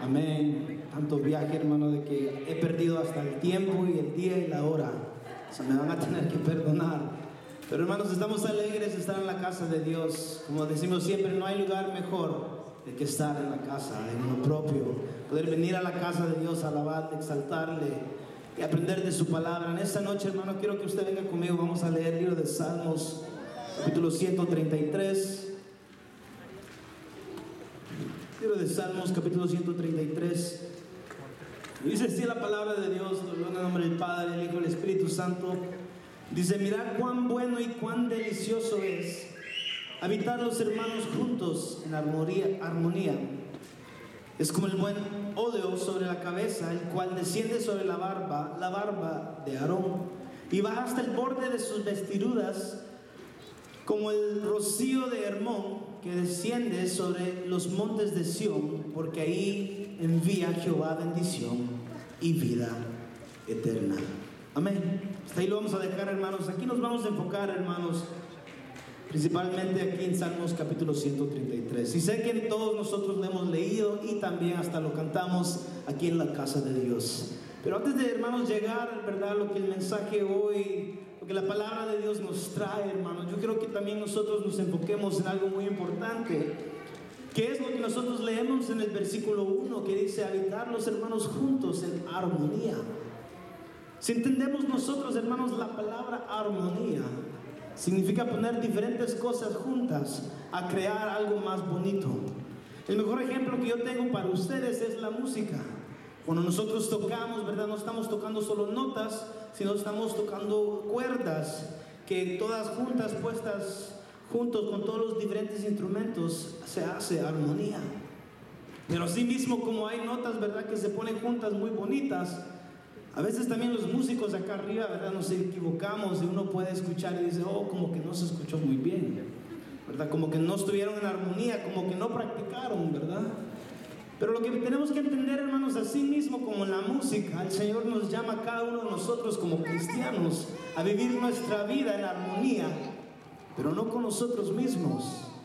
Amén. Tanto viaje, hermano, de que he perdido hasta el tiempo y el día y la hora. Se me van a tener que perdonar. Pero hermanos, estamos alegres de estar en la casa de Dios. Como decimos siempre, no hay lugar mejor de que estar en la casa, en uno propio. Poder venir a la casa de Dios, alabarle, exaltarle y aprender de su palabra. En esta noche, hermano, quiero que usted venga conmigo. Vamos a leer el libro de Salmos, capítulo 133. Libro de Salmos, capítulo 133. Dice así la palabra de Dios, en el nombre del Padre, del Hijo y del Espíritu Santo. Dice: mirad cuán bueno y cuán delicioso es habitar los hermanos juntos en armonía. Es como el buen óleo sobre la cabeza, el cual desciende sobre la barba de Aarón, y baja hasta el borde de sus vestiduras, como el rocío de Hermón, que desciende sobre los montes de Sión, porque ahí envía Jehová bendición y vida eterna. Amén. Hasta ahí lo vamos a dejar, hermanos. Aquí nos vamos a enfocar, hermanos, principalmente aquí en Salmos capítulo 133. Y sé que todos nosotros lo hemos leído y también hasta lo cantamos aquí en la casa de Dios. Pero antes de, hermanos, llegar, ¿verdad?, lo que el mensaje hoy, lo que la palabra de Dios nos trae, hermanos, yo creo que también nosotros nos enfoquemos en algo muy importante, que es lo que nosotros leemos en el versículo 1, que dice: habitar los hermanos juntos en armonía. Si entendemos nosotros, hermanos, la palabra armonía significa poner diferentes cosas juntas a crear algo más bonito. El mejor ejemplo que yo tengo para ustedes es la música. Cuando nosotros tocamos, ¿verdad?, no estamos tocando solo notas, sino estamos tocando cuerdas que todas juntas, puestas juntos con todos los diferentes instrumentos, se hace armonía. Pero así mismo, como hay notas, ¿verdad?, que se ponen juntas muy bonitas, a veces también los músicos acá arriba, ¿verdad?, nos equivocamos y uno puede escuchar y dice: oh, como que no se escuchó muy bien, ¿verdad?, como que no estuvieron en armonía, como que no practicaron, ¿verdad? Pero lo que tenemos que entender, hermanos, así mismo como en la música, el Señor nos llama a cada uno de nosotros como cristianos a vivir nuestra vida en armonía, pero no con nosotros mismos,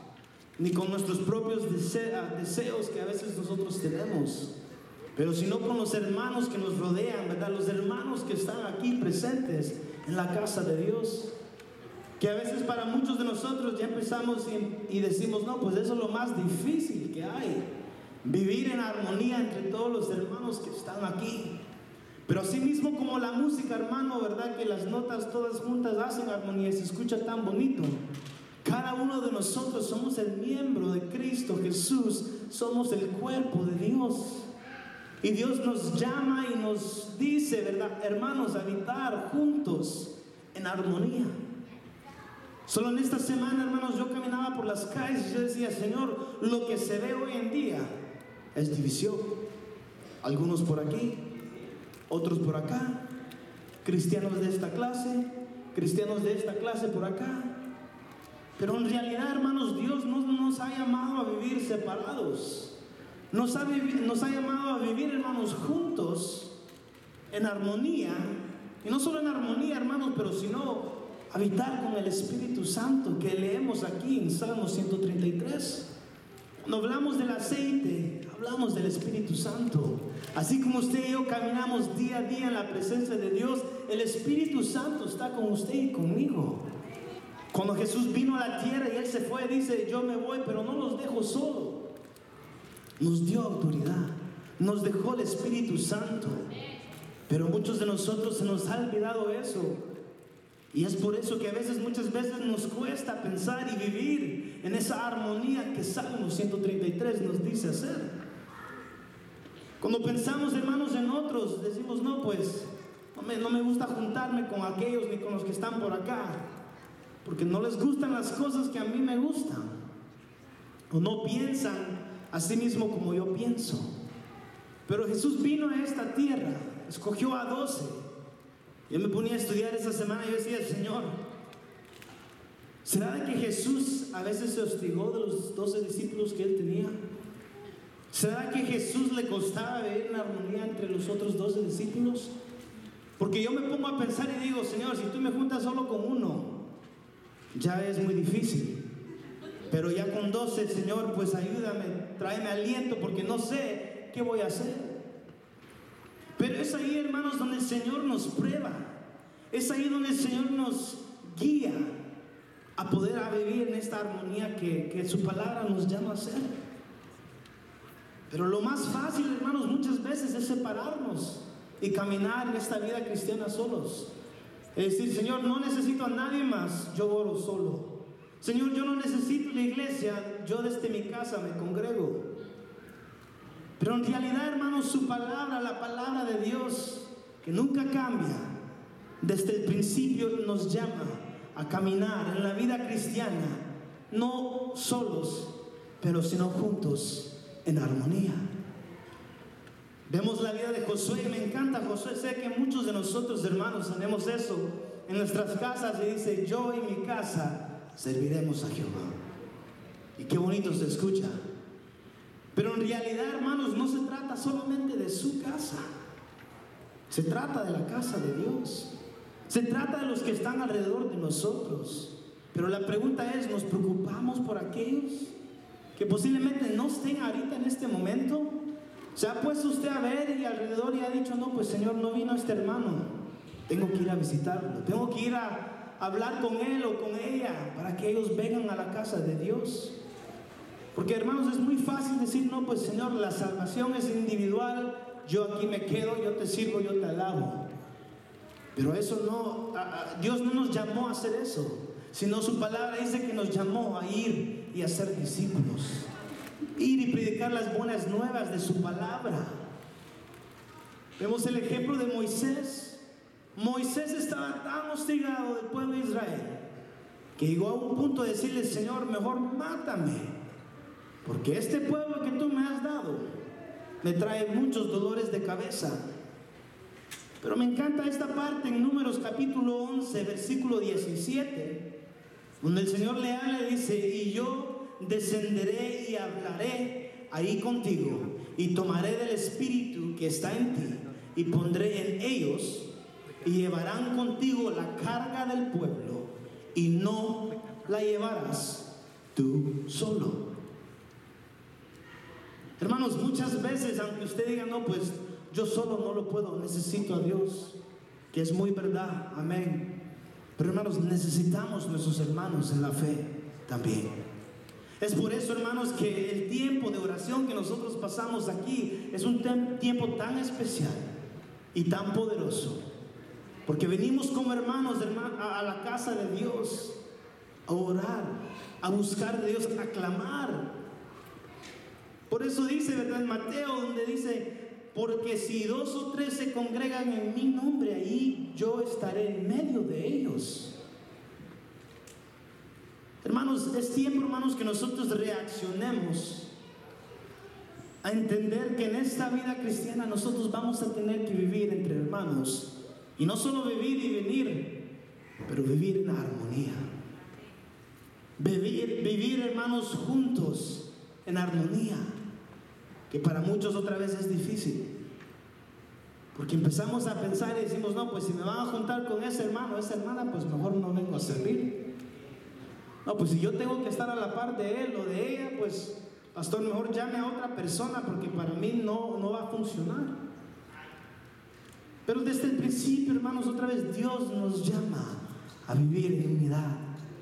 ni con nuestros propios deseos que a veces nosotros tenemos, pero sino con los hermanos que nos rodean, ¿verdad?, los hermanos que están aquí presentes en la casa de Dios. Que a veces para muchos de nosotros ya empezamos y decimos: no, pues eso es lo más difícil que hay, vivir en armonía entre todos los hermanos que están aquí. Pero así mismo como la música, hermano, ¿verdad?, que las notas todas juntas hacen armonía y se escucha tan bonito, cada uno de nosotros somos el miembro de Cristo Jesús, somos el cuerpo de Dios. Y Dios nos llama y nos dice, ¿verdad?, hermanos, habitar juntos en armonía. Solo en esta semana, hermanos, yo caminaba por las calles y yo decía: Señor, lo que se ve hoy en día es división. Algunos por aquí, otros por acá, cristianos de esta clase, cristianos de esta clase por acá. Pero en realidad, hermanos, Dios no nos ha llamado a vivir separados. Nos ha llamado a vivir, hermanos, juntos en armonía. Y no solo en armonía, hermanos, pero sino habitar con el Espíritu Santo, que leemos aquí en Salmos 133. Cuando hablamos del aceite, hablamos del Espíritu Santo. Así como usted y yo caminamos día a día en la presencia de Dios, el Espíritu Santo está con usted y conmigo. Cuando Jesús vino a la tierra y Él se fue, dice: yo me voy, pero no los dejo solo. Nos dio autoridad, nos dejó el Espíritu Santo. Pero muchos de nosotros se nos ha olvidado eso. Y es por eso que muchas veces nos cuesta pensar y vivir en esa armonía que Salmo 133 nos dice hacer. Cuando pensamos, hermanos, en otros, decimos: no, pues no me gusta juntarme con aquellos ni con los que están por acá, porque no les gustan las cosas que a mí me gustan, o no piensan así mismo como yo pienso. Pero Jesús vino a esta tierra, escogió a 12. Yo me ponía a estudiar esa semana y yo decía: Señor, ¿será de que Jesús a veces se hostigó de los 12 discípulos que Él tenía? ¿Será que Jesús le costaba vivir en armonía entre los otros 12 discípulos? Porque yo me pongo a pensar y digo: Señor, si tú me juntas solo con uno, ya es muy difícil. Pero ya con 12, Señor, pues ayúdame, tráeme aliento, porque no sé qué voy a hacer. Pero es ahí, hermanos, donde el Señor nos prueba. Es ahí donde el Señor nos guía a poder vivir en esta armonía que su palabra nos llama a hacer. Pero lo más fácil, hermanos, muchas veces es separarnos y caminar en esta vida cristiana solos. Es decir, Señor, no necesito a nadie más, yo oro solo. Señor, yo no necesito la iglesia, yo desde mi casa me congrego. Pero en realidad, hermanos, su palabra, la palabra de Dios, que nunca cambia, desde el principio nos llama a caminar en la vida cristiana, no solos, pero sino juntos, en armonía. Vemos la vida de Josué, me encanta Josué. Sé que muchos de nosotros, hermanos, tenemos eso en nuestras casas y dice: yo y mi casa serviremos a Jehová. Y qué bonito se escucha. Pero en realidad, hermanos, no se trata solamente de su casa. Se trata de la casa de Dios. Se trata de los que están alrededor de nosotros. Pero la pregunta es, ¿nos preocupamos por aquellos que posiblemente no estén ahorita en este momento? ¿Se ha puesto usted a ver y alrededor y ha dicho: no, pues Señor, no vino este hermano, tengo que ir a visitarlo, tengo que ir a hablar con él o con ella para que ellos vengan a la casa de Dios? Porque, hermanos, es muy fácil decir: no, pues Señor, la salvación es individual, yo aquí me quedo, yo te sirvo, yo te alabo. Pero eso no, Dios no nos llamó a hacer eso, sino su palabra dice que nos llamó a ir y a ser discípulos, ir y predicar las buenas nuevas de su palabra. Vemos el ejemplo de Moisés. Moisés estaba tan hostigado del pueblo de Israel que llegó a un punto de decirle: Señor, mejor mátame, porque este pueblo que tú me has dado me trae muchos dolores de cabeza. Pero me encanta esta parte en Números capítulo 11, versículo 17, donde el Señor le habla y dice: y yo descenderé y hablaré ahí contigo, y tomaré del espíritu que está en ti, y pondré en ellos, y llevarán contigo la carga del pueblo, y no la llevarás tú solo. Hermanos, muchas veces, aunque usted diga: no, pues yo solo no lo puedo, necesito a Dios, que es muy verdad, amén. Pero, hermanos, necesitamos nuestros hermanos en la fe también. Es por eso, hermanos, que el tiempo de oración que nosotros pasamos aquí es un tiempo tan especial y tan poderoso, porque venimos como hermanos a la casa de Dios a orar, a buscar de Dios, a clamar. Por eso dice, ¿verdad?, en Mateo, donde dice: porque si 2 o 3 se congregan en mi nombre, ahí yo estaré en medio de ellos. Hermanos, es tiempo, hermanos, que nosotros reaccionemos a entender que en esta vida cristiana nosotros vamos a tener que vivir entre hermanos, y no solo vivir y venir, pero vivir en armonía. Vivir, hermanos, juntos en armonía, que para muchos otra vez es difícil, porque empezamos a pensar y decimos: no, pues si me van a juntar con ese hermano, esa hermana, pues mejor no vengo a servir. No, pues si yo tengo que estar a la par de él o de ella, pues pastor, mejor llame a otra persona, porque para mí no va a funcionar. Pero desde el principio, hermanos, otra vez Dios nos llama a vivir en unidad.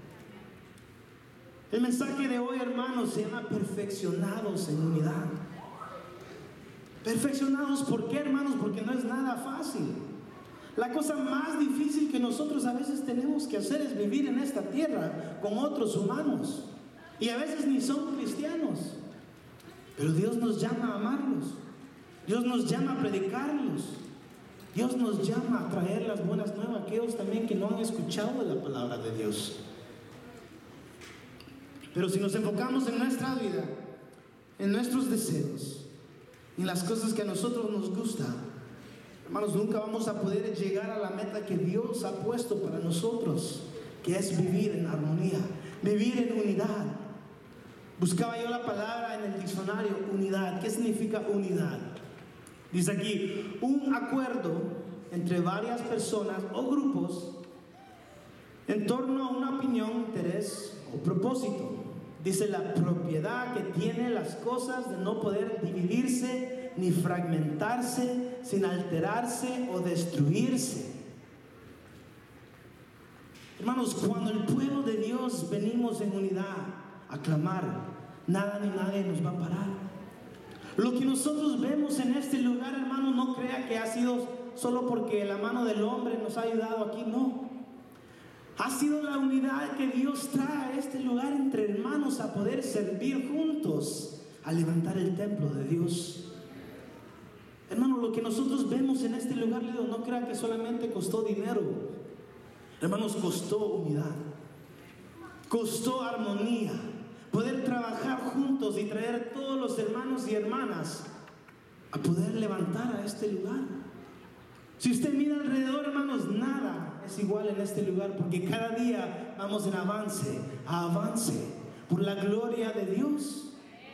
El mensaje de hoy, hermanos, se llama perfeccionados en unidad. Perfeccionados, ¿por qué, hermanos? Porque no es nada fácil. La cosa más difícil que nosotros a veces tenemos que hacer es vivir en esta tierra con otros humanos, y a veces ni son cristianos, pero Dios nos llama a amarlos, Dios nos llama a predicarlos, Dios nos llama a traer las buenas nuevas a aquellos también que no han escuchado de la palabra de Dios. Pero si nos enfocamos en nuestra vida, en nuestros deseos, en las cosas que a nosotros nos gustan, hermanos, nunca vamos a poder llegar a la meta que Dios ha puesto para nosotros, que es vivir en armonía, vivir en unidad. Buscaba yo la palabra en el diccionario, unidad. ¿Qué significa unidad? Dice aquí: un acuerdo entre varias personas o grupos en torno a una opinión, interés o propósito. Dice: la propiedad que tienen las cosas de no poder dividirse ni fragmentarse, sin alterarse o destruirse. Hermanos, cuando el pueblo de Dios venimos en unidad a clamar, nada ni nadie nos va a parar. Lo que nosotros vemos en este lugar, hermano, no crea que ha sido solo porque la mano del hombre nos ha ayudado aquí, no. Ha sido la unidad que Dios trae a este lugar entre hermanos a poder servir juntos, a levantar el templo de Dios. Hermano, lo que nosotros vemos en este lugar, no crea que solamente costó dinero. Hermanos, costó unidad, costó armonía, poder trabajar juntos y traer todos los hermanos y hermanas a poder levantar a este lugar. Si usted mira alrededor, hermanos, nada es igual en este lugar, porque cada día vamos en avance, a avance, por la gloria de Dios,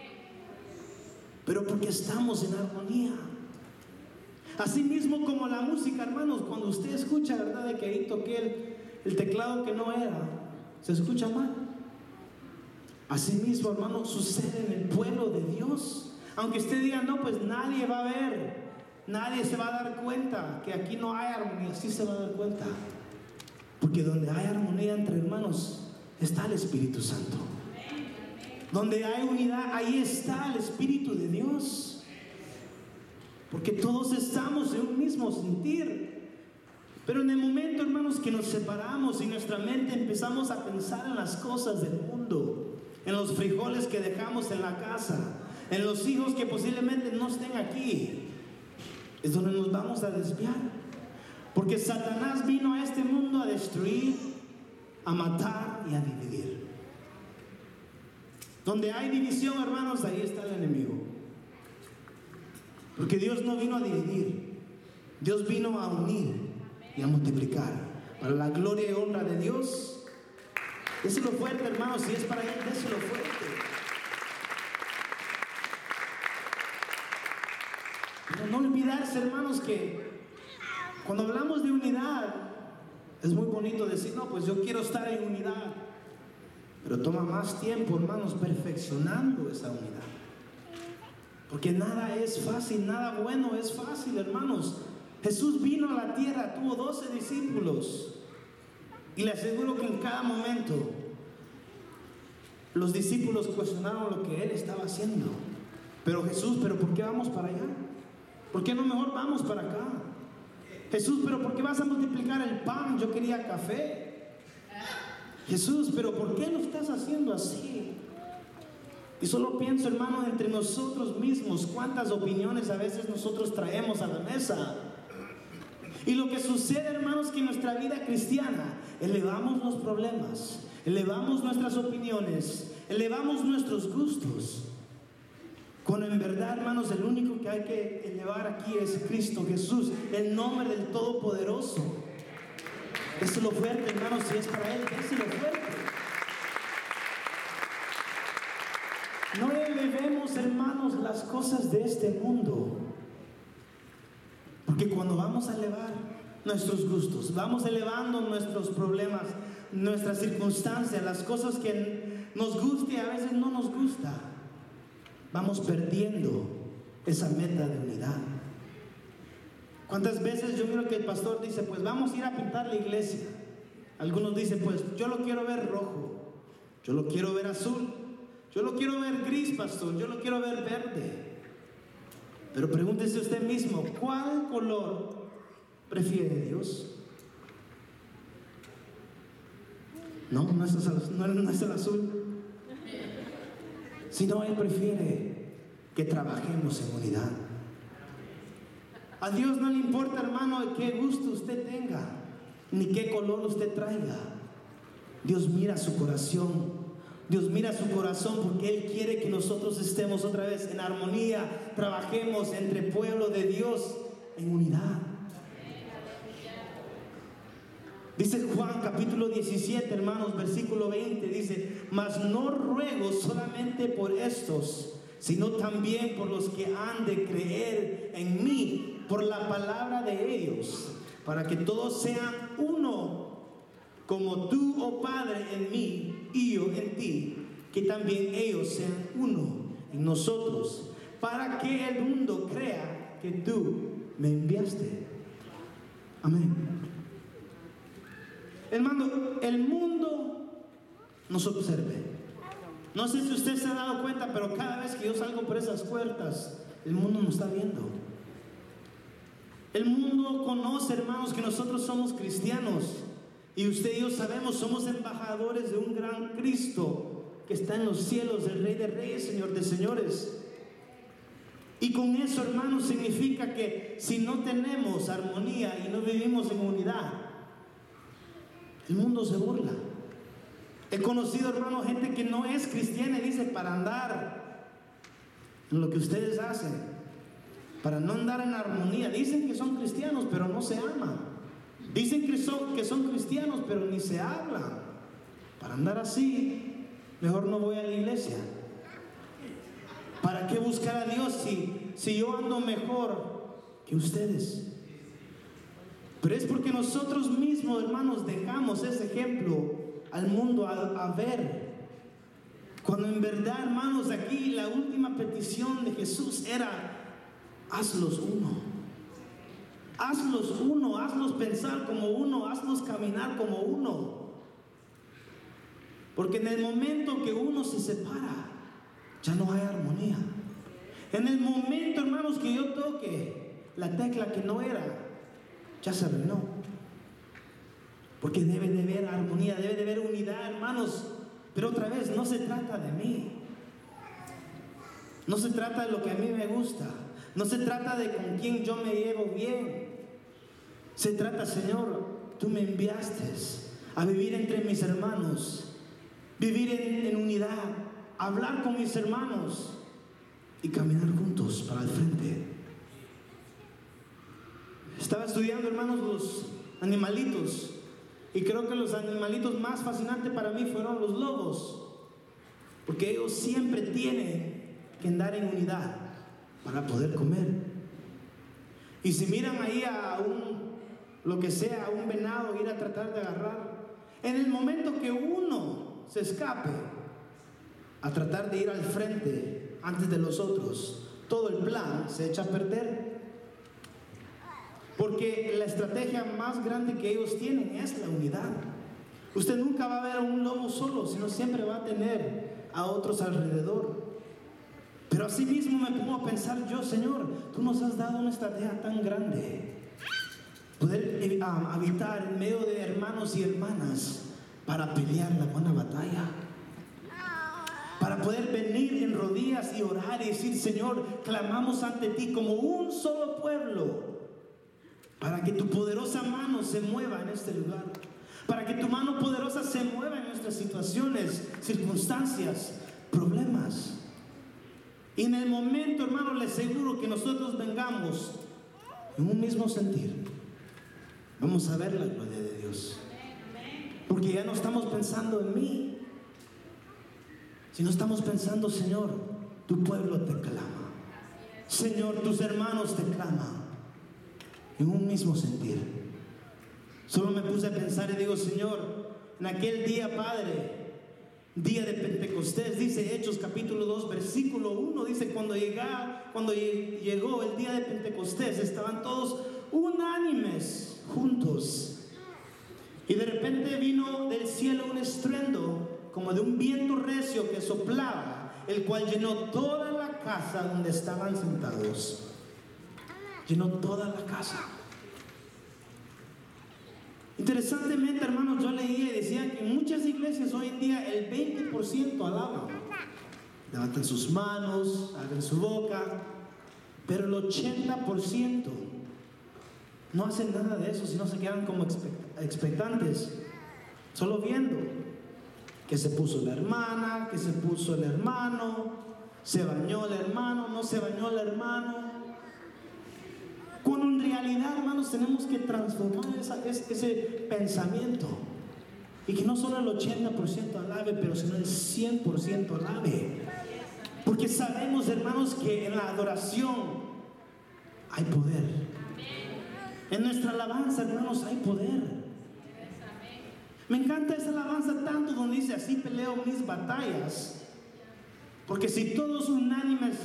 pero porque estamos en armonía. Así mismo como la música, hermanos, cuando usted escucha, ¿verdad?, de que ahí toqué el teclado que no era, se escucha mal. Así mismo, hermanos, sucede en el pueblo de Dios. Aunque usted diga, no, pues nadie va a ver, nadie se va a dar cuenta que aquí no hay armonía. Sí se va a dar cuenta, porque donde hay armonía entre hermanos está el Espíritu Santo. Donde hay unidad, ahí está el Espíritu de Dios, porque todos estamos en un mismo sentir. Pero en el momento, hermanos, que nos separamos y nuestra mente empezamos a pensar en las cosas del mundo, en los frijoles que dejamos en la casa, en los hijos que posiblemente no estén aquí, es donde nos vamos a desviar. Porque Satanás vino a este mundo a destruir, a matar y a dividir. Donde hay división, hermanos, ahí está el enemigo. Porque Dios no vino a dividir, Dios vino a unir y a multiplicar para la gloria y honra de Dios. Déselo fuerte, hermanos, si es para Él, déselo fuerte. Pero no olvidarse, hermanos, que cuando hablamos de unidad, es muy bonito decir, no, pues yo quiero estar en unidad, pero toma más tiempo, hermanos, perfeccionando esa unidad. Porque nada es fácil, nada bueno es fácil, hermanos. Jesús vino a la tierra, tuvo 12 discípulos, y le aseguro que en cada momento los discípulos cuestionaron lo que Él estaba haciendo. Pero Jesús, ¿pero por qué vamos para allá? ¿Por qué no mejor vamos para acá? Jesús, ¿pero por qué vas a multiplicar el pan? Yo quería café. Jesús, ¿pero por qué lo estás haciendo así? Y solo pienso, hermano, entre nosotros mismos, cuántas opiniones a veces nosotros traemos a la mesa. Y lo que sucede, hermanos, que en nuestra vida cristiana elevamos los problemas, elevamos nuestras opiniones, elevamos nuestros gustos, cuando en verdad, hermanos, el único que hay que elevar aquí es Cristo Jesús, el nombre del Todopoderoso. Déselo fuerte, hermanos, si es para Él, déselo fuerte. No elevemos, hermanos, las cosas de este mundo, porque cuando vamos a elevar nuestros gustos, vamos elevando nuestros problemas, nuestras circunstancias, las cosas que nos gusta y a veces no nos gusta, vamos perdiendo esa meta de unidad. ¿Cuántas veces yo miro que el pastor dice, pues vamos a ir a pintar la iglesia? Algunos dicen, pues yo lo quiero ver rojo, yo lo quiero ver azul, yo lo quiero ver gris, pastor, yo lo quiero ver verde. Pero pregúntese usted mismo, ¿cuál color prefiere Dios? No es el azul. Sino Él prefiere que trabajemos en unidad. A Dios no le importa, hermano, qué gusto usted tenga, ni qué color usted traiga. Dios mira su corazón. Dios mira su corazón porque Él quiere que nosotros estemos otra vez en armonía, trabajemos entre pueblo de Dios en unidad. Dice Juan capítulo 17, hermanos, versículo 20, dice, mas no ruego solamente por estos, sino también por los que han de creer en mí, por la palabra de ellos, para que todos sean uno, como tú, oh Padre, en mí y yo en ti, que también ellos sean uno en nosotros, para que el mundo crea que tú me enviaste. Amén. Hermano, el mundo nos observe. No sé si usted se ha dado cuenta, pero cada vez que yo salgo por esas puertas, el mundo nos está viendo. El mundo conoce, hermanos, que nosotros somos cristianos. Y usted y yo sabemos, somos embajadores de un gran Cristo que está en los cielos, el Rey de Reyes, Señor de Señores. Y con eso, hermanos, significa que si no tenemos armonía y no vivimos en unidad, el mundo se burla. He conocido, hermano, gente que no es cristiana y dice, para andar en lo que ustedes hacen, para no andar en armonía, dicen que son cristianos, pero no se aman. Dicen que son cristianos, pero ni se hablan. Para andar así, mejor no voy a la iglesia. ¿Para qué buscar a Dios si yo ando mejor que ustedes? Pero es porque nosotros mismos, hermanos, dejamos ese ejemplo al mundo a ver. Cuando en verdad, hermanos, aquí la última petición de Jesús era: hazlos uno. Hazlos uno, hazlos pensar como uno, hazlos caminar como uno. Porque en el momento que uno se separa, ya no hay armonía. En el momento, hermanos, que yo toque la tecla que no era, ya se arruinó. Porque debe de haber armonía, debe de haber unidad, hermanos. Pero otra vez, no se trata de mí. No se trata de lo que a mí me gusta. No se trata de con quién yo me llevo bien. Se trata, Señor, tú me enviaste a vivir entre mis hermanos, vivir en unidad, hablar con mis hermanos y caminar juntos para el frente. Estaba estudiando, hermanos, los animalitos, y creo que los animalitos más fascinantes para mí fueron los lobos, porque ellos siempre tienen que andar en unidad para poder comer. Y si miran ahí a lo que sea, a un venado ir a tratar de agarrar, en el momento que uno se escape a tratar de ir al frente antes de los otros, todo el plan se echa a perder. Porque la estrategia más grande que ellos tienen es la unidad. Usted nunca va a ver a un lobo solo, sino siempre va a tener a otros alrededor. Pero así mismo me pongo a pensar yo, Señor, tú nos has dado una estrategia tan grande. Poder habitar en medio de hermanos y hermanas para pelear la buena batalla. Para poder venir en rodillas y orar y decir: Señor, clamamos ante ti como un solo pueblo, para que tu poderosa mano se mueva en este lugar, para que tu mano poderosa se mueva en nuestras situaciones, circunstancias, problemas. Y en el momento, hermano, les aseguro que nosotros vengamos en un mismo sentir, vamos a ver la gloria de Dios. Porque ya no estamos pensando en mí, sino estamos pensando: Señor, tu pueblo te clama. Señor, tus hermanos te claman. En un mismo sentir. Solo me puse a pensar y digo: Señor, en aquel día, Padre, día de Pentecostés, dice Hechos capítulo 2 versículo 1, dice: cuando llegó el día de Pentecostés, estaban todos unánimes juntos, y de repente vino del cielo un estruendo como de un viento recio que soplaba, el cual llenó toda la casa donde estaban sentados. Llenó toda la casa. Interesantemente, hermanos, yo leía y decía que en muchas iglesias hoy en día el 20% alaban, levantan sus manos, abren su boca, pero el 80% no hacen nada de eso, sino se quedan como expectantes, solo viendo que se puso la hermana, que se puso el hermano, se bañó el hermano, no se bañó el hermano. Cuando en realidad, hermanos, tenemos que transformar ese pensamiento, y que no solo el 80% alabe, pero sino el 100% alabe. Porque sabemos, hermanos, que en la adoración hay poder. En nuestra alabanza, hermanos, hay poder. Me encanta esa alabanza tanto donde dice: así peleo mis batallas. Porque si todos unánimes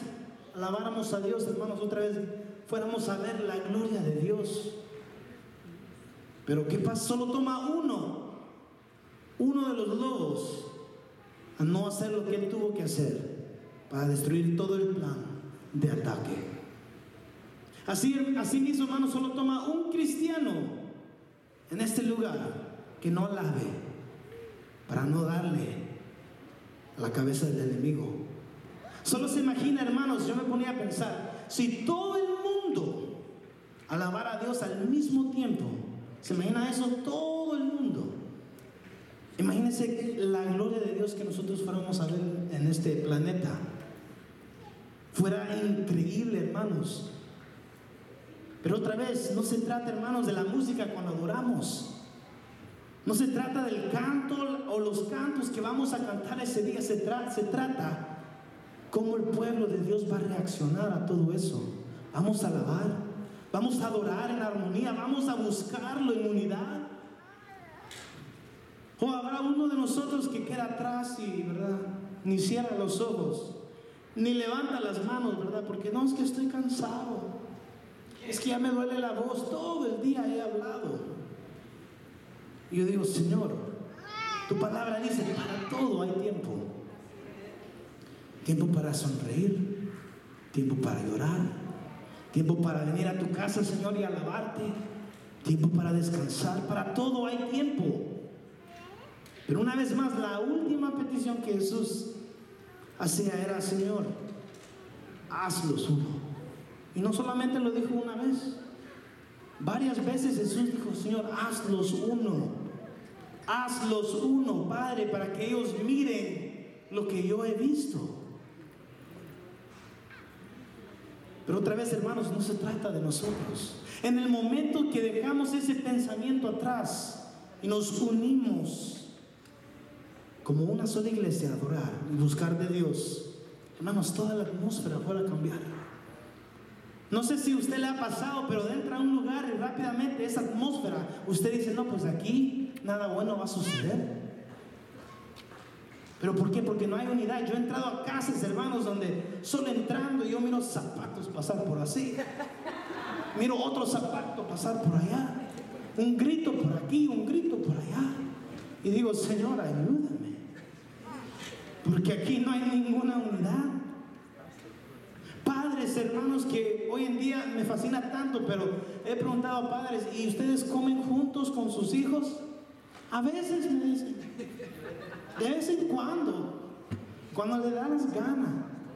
alabáramos a Dios, hermanos, otra vez fuéramos a ver la gloria de Dios. Pero ¿qué pasa? Solo toma uno de los lobos a no hacer lo que él tuvo que hacer para destruir todo el plan de ataque. Así mismo, hermanos, solo toma un cristiano en este lugar que no lave para no darle a la cabeza del enemigo. Solo se imagina, hermanos, yo me ponía a pensar, si todo el mundo alabara a Dios al mismo tiempo, ¿se imagina eso? Todo el mundo. Imagínense la gloria de Dios que nosotros fuéramos a ver en este planeta. Fuera increíble, hermanos. Pero otra vez, no se trata, hermanos, de la música cuando adoramos. No se trata del canto o los cantos que vamos a cantar ese día. Se trata cómo el pueblo de Dios va a reaccionar a todo eso. Vamos a alabar, vamos a adorar en armonía, vamos a buscarlo en unidad. O habrá uno de nosotros que queda atrás y, ¿verdad?, ni cierra los ojos, ni levanta las manos, ¿verdad? Porque no, es que estoy cansado, es que ya me duele la voz, todo el día he hablado. Y yo digo, Señor, tu palabra dice, para todo hay tiempo. Tiempo para sonreír, tiempo para llorar, tiempo para venir a tu casa, Señor, y alabarte, tiempo para descansar, para todo hay tiempo. Pero una vez más, la última petición que Jesús hacía era, Señor, hazlos uno. Y no solamente lo dijo una vez, varias veces Jesús dijo, Señor, hazlos uno, Padre, para que ellos miren lo que yo he visto. Pero otra vez, hermanos, no se trata de nosotros. En el momento que dejamos ese pensamiento atrás y nos unimos como una sola iglesia a adorar y buscar de Dios, hermanos, toda la atmósfera puede cambiar. No sé si a usted le ha pasado, pero entra a un lugar y rápidamente esa atmósfera, usted dice, no, pues aquí nada bueno va a suceder. ¿Pero por qué? Porque no hay unidad. Yo he entrado a casas, hermanos, donde solo entrando yo miro zapatos pasar por así, miro otro zapato pasar por allá, un grito por aquí, un grito por allá, y digo, Señor, ayúdame, porque aquí no hay ninguna unidad. Padres, hermanos, que hoy en día me fascina tanto, pero he preguntado a padres, ¿y ustedes comen juntos con sus hijos? A veces me dicen, de vez en cuando le dan las ganas.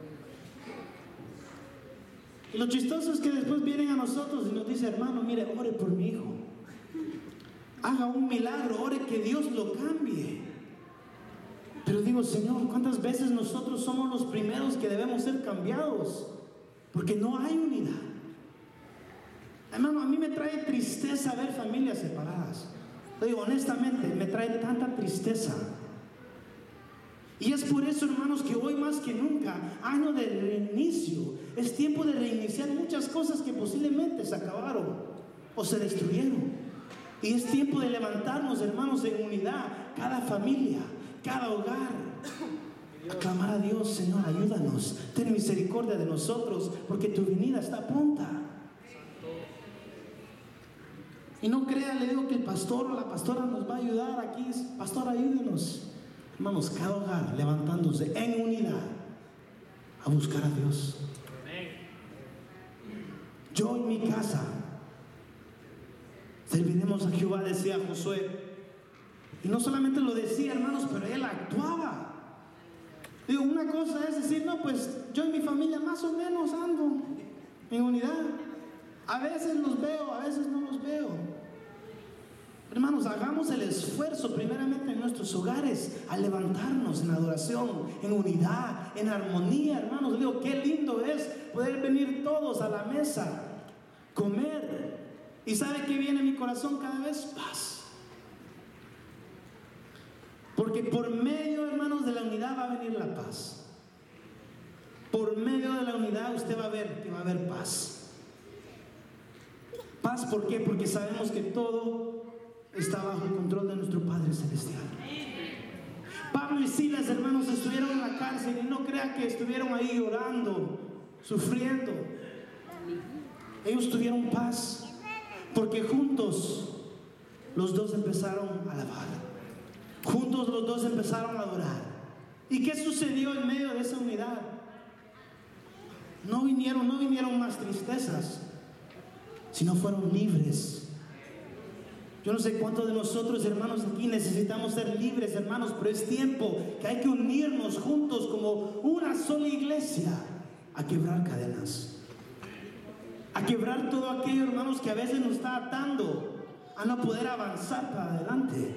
Y lo chistoso es que después vienen a nosotros y nos dicen, hermano, mire, ore por mi hijo, haga un milagro, ore que Dios lo cambie. Pero digo, Señor, ¿cuántas veces nosotros somos los primeros que debemos ser cambiados? Porque no hay unidad. Hermano, a mí me trae tristeza ver familias separadas. Lo digo honestamente, me trae tanta tristeza. Y es por eso, hermanos, que hoy más que nunca, año de reinicio, es tiempo de reiniciar muchas cosas que posiblemente se acabaron o se destruyeron. Y es tiempo de levantarnos, hermanos, en unidad, cada familia, cada hogar, a clamar a Dios, Señor, ayúdanos, ten misericordia de nosotros, porque tu venida está pronta. Y no crea, le digo, que el pastor o la pastora nos va a ayudar aquí. Pastor, ayúdenos. Hermanos, cada hogar levantándose en unidad a buscar a Dios. Yo en mi casa serviremos a Jehová, decía Josué. Y no solamente lo decía, hermanos, pero él actuaba. Digo, una cosa es decir, no, pues yo en mi familia más o menos ando en unidad. A veces los veo, a veces no los veo. Hermanos, hagamos el esfuerzo primeramente en nuestros hogares a levantarnos en adoración, en unidad, en armonía, hermanos. Digo, qué lindo es poder venir todos a la mesa, comer. ¿Y sabe qué viene a mi corazón cada vez? Paz. Porque por medio, hermanos, de la unidad va a venir la paz. Por medio de la unidad usted va a ver que va a haber paz. Paz, ¿por qué? Porque sabemos que todo está bajo el control de nuestro Padre Celestial. Pablo y Silas, hermanos, estuvieron en la cárcel y no crea que estuvieron ahí orando sufriendo, ellos tuvieron paz, porque juntos los dos empezaron a alabar, juntos los dos empezaron a adorar. ¿Y qué sucedió en medio de esa unidad? No vinieron más tristezas, sino fueron libres. Yo no sé cuántos de nosotros, hermanos, aquí necesitamos ser libres, hermanos, pero es tiempo que hay que unirnos juntos como una sola iglesia a quebrar cadenas, a quebrar todo aquello, hermanos, que a veces nos está atando a no poder avanzar para adelante.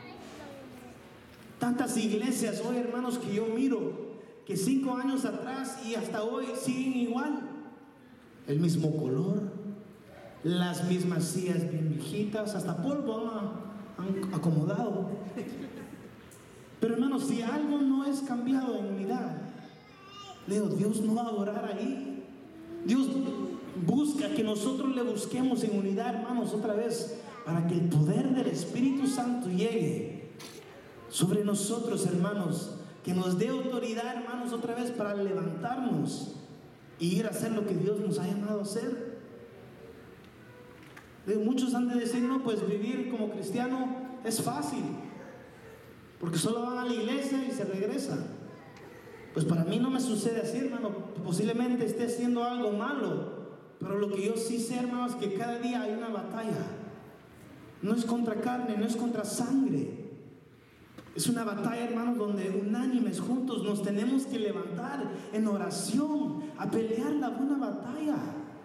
Tantas iglesias hoy, hermanos, que yo miro que 5 años atrás y hasta hoy siguen igual, el mismo color, las mismas sillas bien viejitas, hasta polvo han acomodado. Pero hermanos, si algo no es cambiado en unidad, Dios no va a adorar ahí. Dios busca que nosotros le busquemos en unidad, hermanos, otra vez, para que el poder del Espíritu Santo llegue sobre nosotros, hermanos, que nos dé autoridad, hermanos, otra vez para levantarnos y ir a hacer lo que Dios nos ha llamado a hacer. Muchos han de decir, no, pues vivir como cristiano es fácil, porque solo van a la iglesia y se regresan. Pues para mí no me sucede así, hermano. Posiblemente esté haciendo algo malo, pero lo que yo sí sé, hermano, es que cada día hay una batalla. No es contra carne, no es contra sangre. Es una batalla, hermanos, donde unánimes juntos nos tenemos que levantar en oración a pelear la buena batalla,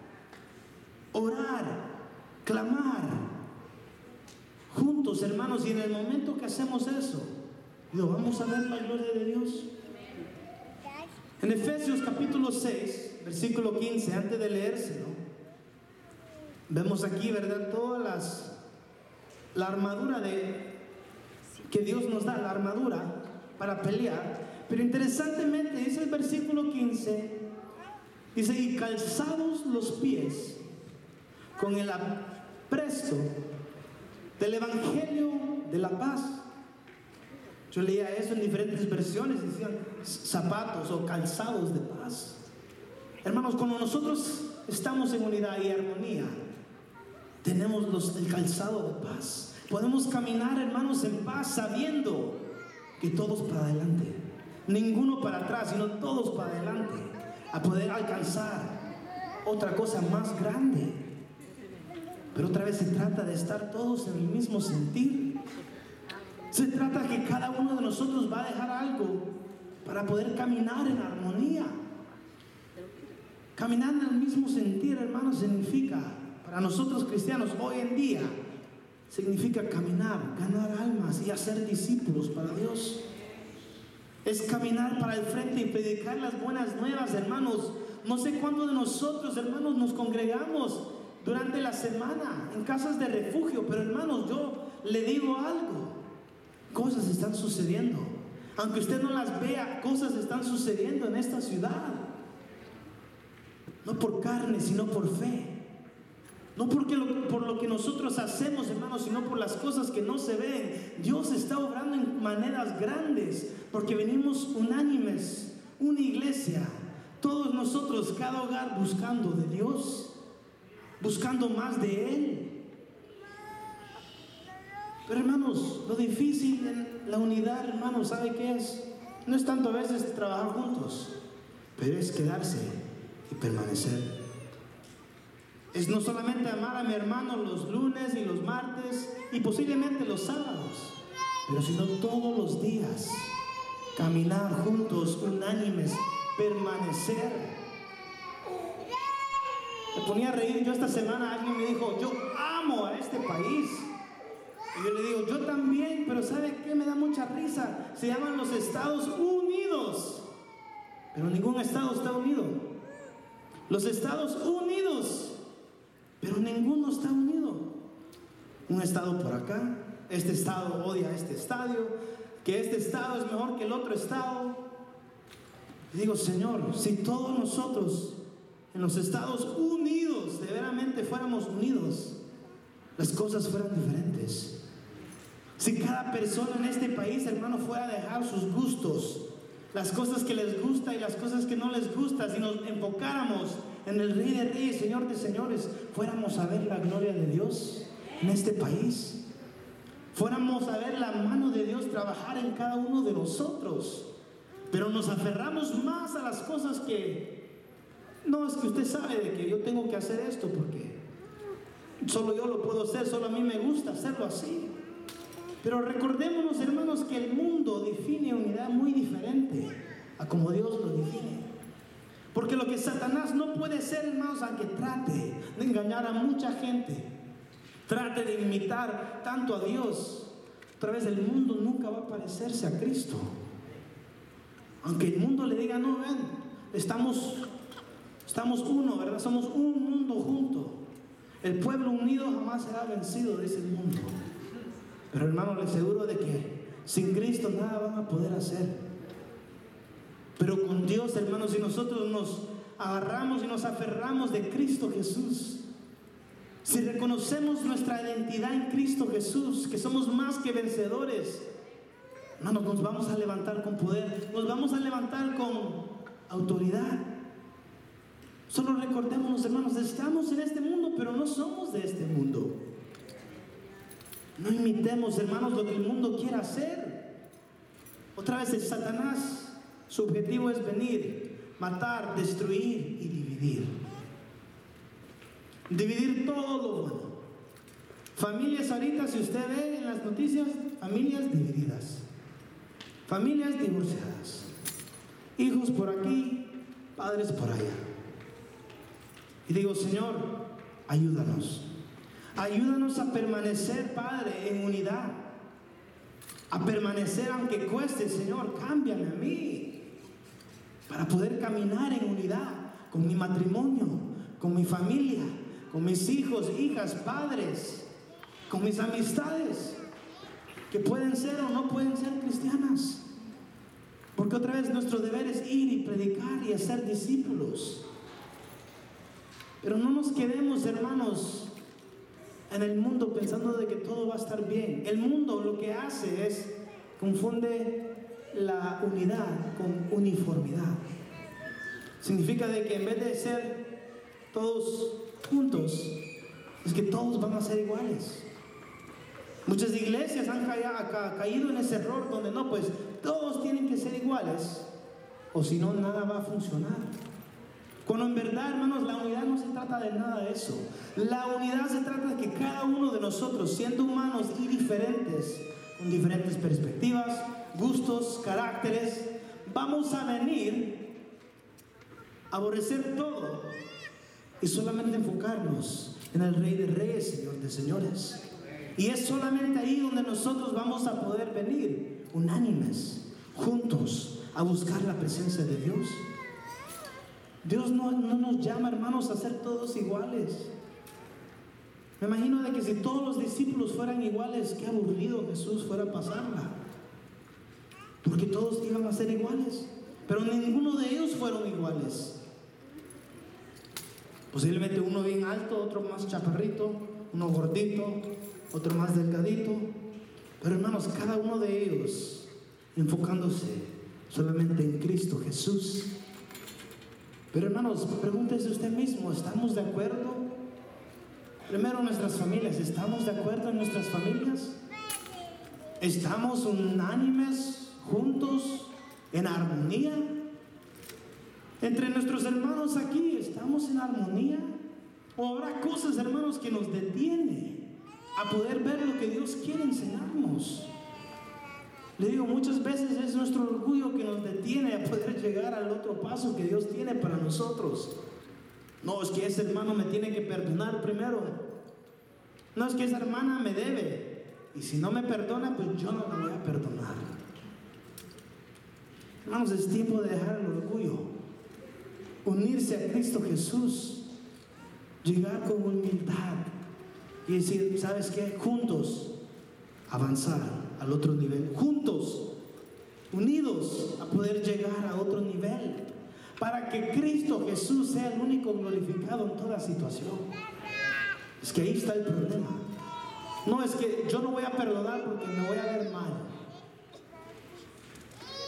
orar, clamar juntos, hermanos. Y en el momento que hacemos eso, vamos a ver la gloria de Dios. En Efesios capítulo 6, versículo 15, antes de leérselo, vemos aquí, ¿verdad?, la armadura que Dios nos da, la armadura para pelear. Pero interesantemente dice el versículo 15, dice, y calzados los pies con el apresto del evangelio de la paz. Yo leía eso en diferentes versiones, decían zapatos o calzados de paz. Hermanos, cuando nosotros estamos en unidad y armonía, tenemos el calzado de paz. Podemos caminar, hermanos, en paz, sabiendo que todos para adelante, ninguno para atrás, sino todos para adelante, a poder alcanzar otra cosa más grande. Pero otra vez se trata de estar todos en el mismo sentir. Se trata que cada uno de nosotros va a dejar algo para poder caminar en armonía. Caminar en el mismo sentir, hermanos, significa, para nosotros cristianos hoy en día, significa caminar, ganar almas y hacer discípulos para Dios. Es caminar para el frente y predicar las buenas nuevas, hermanos. No sé cuántos de nosotros, hermanos, nos congregamos durante la semana en casas de refugio, pero hermanos, yo le digo algo, cosas están sucediendo. Aunque usted no las vea, cosas están sucediendo en esta ciudad. No por carne, sino por fe. No por lo que nosotros hacemos, hermanos, sino por las cosas que no se ven. Dios está obrando en maneras grandes, porque venimos unánimes, una iglesia, todos nosotros, cada hogar buscando de Dios, buscando más de Él. Pero hermanos, lo difícil en la unidad, hermanos, ¿sabe qué es? No es tanto a veces trabajar juntos, pero es quedarse y permanecer. Es no solamente amar a mi hermano los lunes y los martes y posiblemente los sábados, pero sino todos los días, caminar juntos, unánimes, permanecer. Me ponía a reír yo esta semana, alguien me dijo, yo amo a este país. Y yo le digo, yo también, pero ¿sabe qué? Me da mucha risa. Se llaman los Estados Unidos, pero ningún estado está unido. Los Estados Unidos, pero ninguno está unido. Un estado por acá, este estado odia a este estadio, que este estado es mejor que el otro estado. Y digo, Señor, si todos nosotros en los Estados Unidos de veramente fuéramos unidos, las cosas fueran diferentes. Si cada persona en este país, hermano, fuera a dejar sus gustos, las cosas que les gusta y las cosas que no les gusta, si nos enfocáramos en el Rey de Reyes, Señor de Señores, fuéramos a ver la gloria de Dios en este país, fuéramos a ver la mano de Dios trabajar en cada uno de nosotros. Pero nos aferramos más a las cosas que, no, es que usted sabe de que yo tengo que hacer esto porque solo yo lo puedo hacer, solo a mí me gusta hacerlo así. Pero recordémonos, hermanos, que el mundo define unidad muy diferente a como Dios lo define. Porque lo que Satanás no puede ser, hermanos, aunque trate de engañar a mucha gente, trate de imitar tanto a Dios, otra vez el mundo nunca va a parecerse a Cristo. Aunque el mundo le diga, no, ven, estamos uno, ¿verdad? Somos un mundo junto. El pueblo unido jamás será vencido, dice el mundo. Pero hermano, les aseguro de que sin Cristo nada van a poder hacer. Pero con Dios, hermanos, si nosotros nos agarramos y nos aferramos de Cristo Jesús, si reconocemos nuestra identidad en Cristo Jesús, que somos más que vencedores, hermanos, nos vamos a levantar con poder, nos vamos a levantar con autoridad. Solo recordémonos, hermanos, estamos en este mundo, pero no somos de este mundo. No imitemos, hermanos, lo que el mundo quiera hacer. Otra vez, el Satanás, su objetivo es venir, matar, destruir y dividir. Dividir todo lo bueno. Familias ahorita, si usted ve en las noticias, familias divididas, familias divorciadas, hijos por aquí, padres por allá. Y digo, Señor, ayúdanos. Ayúdanos a permanecer, Padre, en unidad. A permanecer aunque cueste, Señor, cámbiame a mí. Para poder caminar en unidad con mi matrimonio, con mi familia, con mis hijos, hijas, padres, con mis amistades, que pueden ser o no pueden ser cristianas. Porque otra vez nuestro deber es ir y predicar y hacer discípulos. Pero no nos quedemos, hermanos, en el mundo pensando de que todo va a estar bien. El mundo lo que hace es confunde la unidad con uniformidad. Significa de que en vez de ser todos juntos, es que todos van a ser iguales. Muchas iglesias han caído en ese error donde no, pues todos tienen que ser iguales, o si no, nada va a funcionar. Cuando en verdad, hermanos, la unidad no se trata de nada de eso. La unidad se trata de que cada uno de nosotros, siendo humanos y diferentes, con diferentes perspectivas, gustos, caracteres, vamos a venir a aborrecer todo y solamente enfocarnos en el Rey de Reyes, Señor de Señores. Y es solamente ahí donde nosotros vamos a poder venir unánimes, juntos, a buscar la presencia de Dios. Dios no nos llama, hermanos, a ser todos iguales. Me imagino de que si todos los discípulos fueran iguales, qué aburrido Jesús fuera a pasarla. Porque todos iban a ser iguales, pero ninguno de ellos fueron iguales. Posiblemente uno bien alto, otro más chaparrito, uno gordito, otro más delgadito. Pero hermanos, cada uno de ellos enfocándose solamente en Cristo Jesús. Pero hermanos, pregúntese usted mismo, ¿estamos de acuerdo? Primero nuestras familias, ¿estamos de acuerdo en nuestras familias? ¿Estamos unánimes, juntos, en armonía? Entre nuestros hermanos aquí, ¿estamos en armonía? ¿O habrá cosas, hermanos, que nos detienen a poder ver lo que Dios quiere enseñarnos? Le digo, muchas veces es nuestro orgullo que nos detiene a poder llegar al otro paso que Dios tiene para nosotros. No, es que ese hermano me tiene que perdonar primero. No, es que esa hermana me debe. Y si no me perdona, pues yo no la voy a perdonar. Hermanos, es tiempo de dejar el orgullo. Unirse a Cristo Jesús. Llegar con humildad. Y decir, ¿sabes qué? Juntos avanzar al otro nivel, juntos, unidos, a poder llegar a otro nivel, para que Cristo Jesús sea el único glorificado en toda situación. Es que ahí está el problema. No es que yo no voy a perdonar porque me voy a ver mal,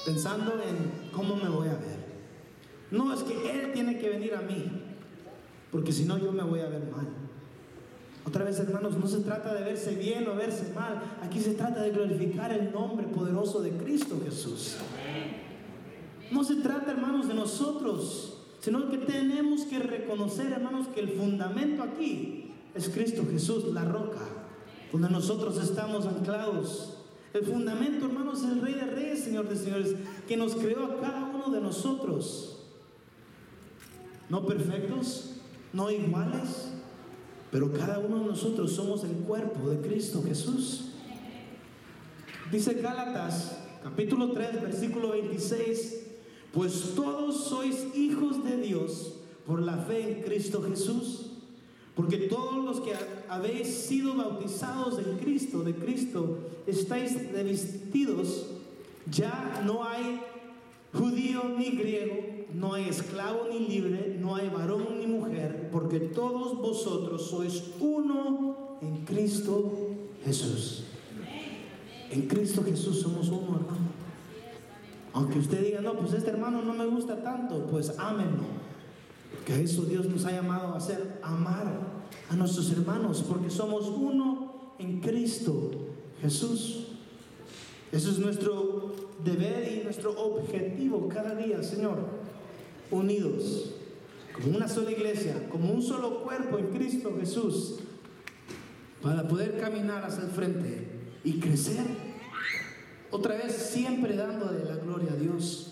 pensando en cómo me voy a ver. No, es que Él tiene que venir a mí, porque si no yo me voy a ver mal. Otra vez, hermanos, no se trata de verse bien o verse mal. Aquí se trata de glorificar el nombre poderoso de Cristo Jesús. No se trata, hermanos, de nosotros, sino que tenemos que reconocer, hermanos, que el fundamento aquí es Cristo Jesús, la roca donde nosotros estamos anclados. El fundamento, hermanos, es el Rey de Reyes, Señor de Señores, que nos creó a cada uno de nosotros. No perfectos, no iguales, pero cada uno de nosotros somos el cuerpo de Cristo Jesús. Dice Gálatas, capítulo 3, versículo 26: pues todos sois hijos de Dios por la fe en Cristo Jesús. Porque todos los que habéis sido bautizados en Cristo, de Cristo, estáis revestidos. Ya no hay judío ni griego, no hay esclavo ni libre, no hay varón ni mujer, porque todos vosotros sois uno en Cristo Jesús. En Cristo Jesús somos uno, hermano. Aunque usted diga, no, pues este hermano no me gusta tanto, pues ámenlo. Que eso Dios nos ha llamado a hacer, amar a nuestros hermanos, porque somos uno en Cristo Jesús. Eso es nuestro deber y nuestro objetivo cada día, Señor, unidos como una sola iglesia, como un solo cuerpo en Cristo Jesús, para poder caminar hacia el frente y crecer, otra vez siempre dándole la gloria a Dios.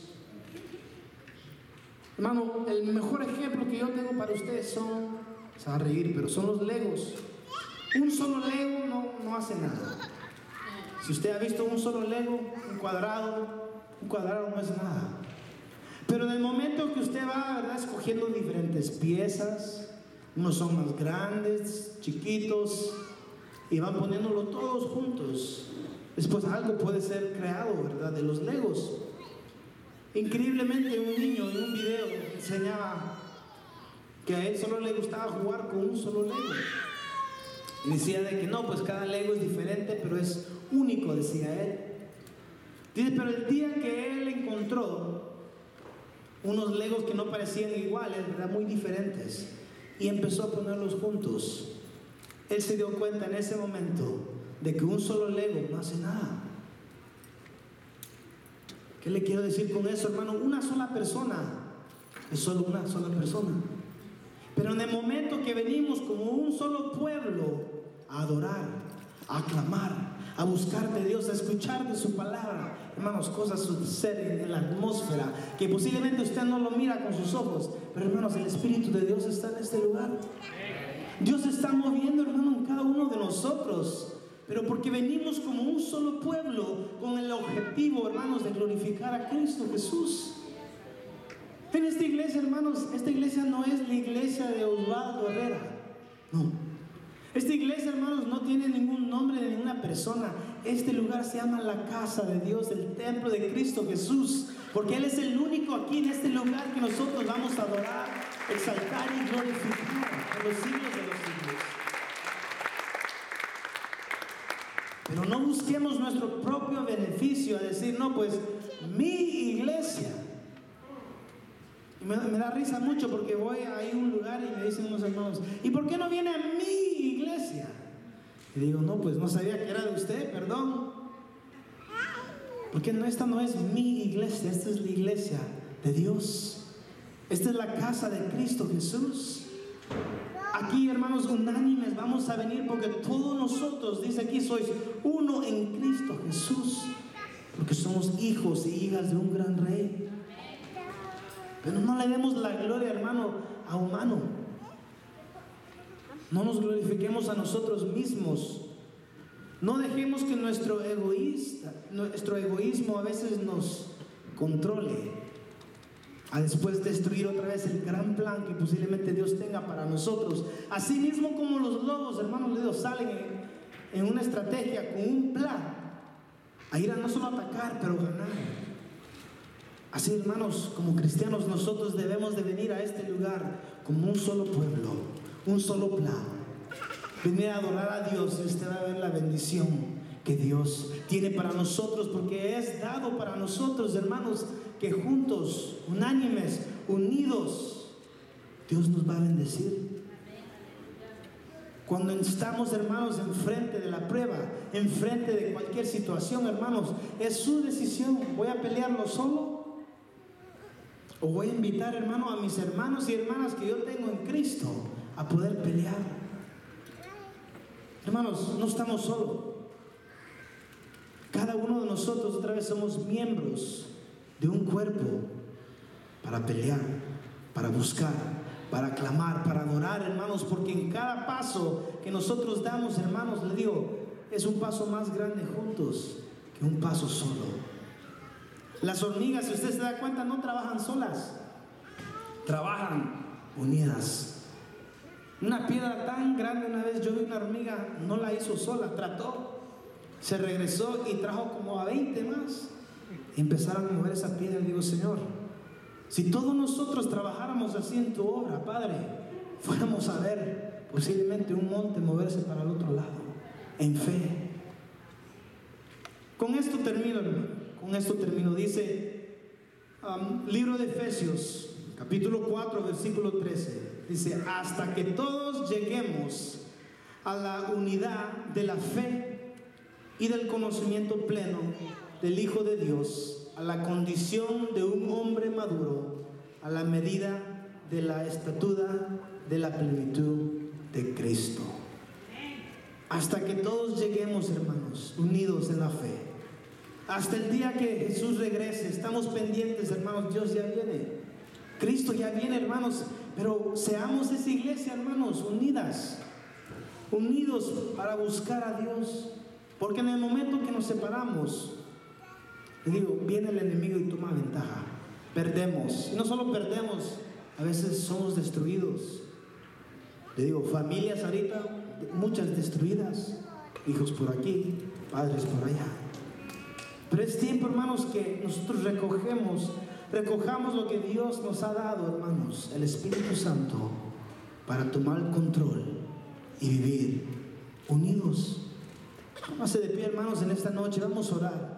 Hermano, el mejor ejemplo que yo tengo para ustedes se va a reír, pero son los legos. Un solo lego no hace nada. Si usted ha visto un solo lego, un cuadrado no es nada. Pero en el momento que usted va, ¿verdad?, escogiendo diferentes piezas, unos son más grandes, chiquitos, y van poniéndolo todos juntos, después algo puede ser creado, ¿verdad?, de los legos. Increíblemente, un niño en un video enseñaba que a él solo le gustaba jugar con un solo lego. Y decía de que no, pues cada lego es diferente, pero es único, decía él. Dice, pero el día que él encontró unos legos que no parecían iguales, eran muy diferentes, y empezó a ponerlos juntos, él se dio cuenta en ese momento de que un solo lego no hace nada. ¿Qué le quiero decir con eso, hermano? Una sola persona es solo una sola persona. Pero en el momento que venimos como un solo pueblo a adorar, a aclamar, a buscar de Dios, a escuchar de su palabra, hermanos, cosas suceden en la atmósfera que posiblemente usted no lo mira con sus ojos, pero hermanos, el Espíritu de Dios está en este lugar. Dios se está moviendo, hermano, en cada uno de nosotros. Pero porque venimos como un solo pueblo con el objetivo, hermanos, de glorificar a Cristo Jesús. En esta iglesia, hermanos, esta iglesia no es la iglesia de Osvaldo Herrera. No. Esta iglesia, hermanos, no tiene ningún nombre de ninguna persona. Este lugar se llama la casa de Dios, el templo de Cristo Jesús. Porque Él es el único aquí en este lugar que nosotros vamos a adorar, exaltar y glorificar a los siglos de los siglos. Pero no busquemos nuestro propio beneficio a decir, no, pues mi iglesia. Y me da risa mucho porque voy a un lugar y me dicen unos hermanos, ¿y por qué no viene a mi iglesia? Y digo, no, pues no sabía que era de usted, perdón. Porque esta no es mi iglesia, esta es la iglesia de Dios. Esta es la casa de Cristo Jesús. Aquí, hermanos, unánimes vamos a venir porque todos nosotros, dice aquí, sois uno en Cristo Jesús, porque somos hijos y hijas de un gran rey. Pero no le demos la gloria, hermano, a humano. No nos glorifiquemos a nosotros mismos. No dejemos que nuestro egoísmo a veces nos controle, a después destruir otra vez el gran plan que posiblemente Dios tenga para nosotros. Así mismo como los lobos, hermanos de Dios, salen en una estrategia con un plan a ir a no solo atacar, pero ganar. Así, hermanos, como cristianos nosotros debemos de venir a este lugar como un solo pueblo, un solo plan. Venir a adorar a Dios y usted va a ver la bendición que Dios tiene para nosotros, porque es dado para nosotros, hermanos, que juntos, unánimes, unidos, Dios nos va a bendecir. Cuando estamos, hermanos, enfrente de la prueba, enfrente de cualquier situación, hermanos, es su decisión. ¿Voy a pelearlo solo? ¿O voy a invitar, hermano, a mis hermanos y hermanas que yo tengo en Cristo a poder pelear? Hermanos, no estamos solos. Cada uno de nosotros, otra vez, somos miembros de un cuerpo para pelear, para buscar, para clamar, para adorar, hermanos, porque en cada paso que nosotros damos, hermanos, le digo, es un paso más grande juntos que un paso solo. Las hormigas, si usted se da cuenta, no trabajan solas, trabajan unidas. Una piedra tan grande, una vez yo vi una hormiga, no la hizo sola, trató, se regresó y trajo como a 20 más. Y empezaron a mover esa piedra. Y digo, Señor, si todos nosotros trabajáramos así en tu obra, Padre, fuéramos a ver posiblemente un monte moverse para el otro lado, en fe. Con esto termino, hermano. Con esto termino. Dice, libro de Efesios, capítulo 4, versículo 13. Dice, hasta que todos lleguemos a la unidad de la fe y del conocimiento pleno del Hijo de Dios, a la condición de un hombre maduro, a la medida de la estatura de la plenitud de Cristo. Hasta que todos lleguemos, hermanos, unidos en la fe. Hasta el día que Jesús regrese, estamos pendientes, hermanos. Dios ya viene, Cristo ya viene, hermanos. Pero seamos esa iglesia, hermanos, unidos para buscar a Dios. Porque en el momento que nos separamos, le digo, viene el enemigo y toma ventaja. Perdemos. Y no solo perdemos, a veces somos destruidos. Le digo, familias ahorita, muchas destruidas. Hijos por aquí, padres por allá. Pero es tiempo, hermanos, que nosotros recojamos lo que Dios nos ha dado, hermanos, el Espíritu Santo, para tomar el control y vivir unidos. Póngase de pie, hermanos, en esta noche. Vamos a orar.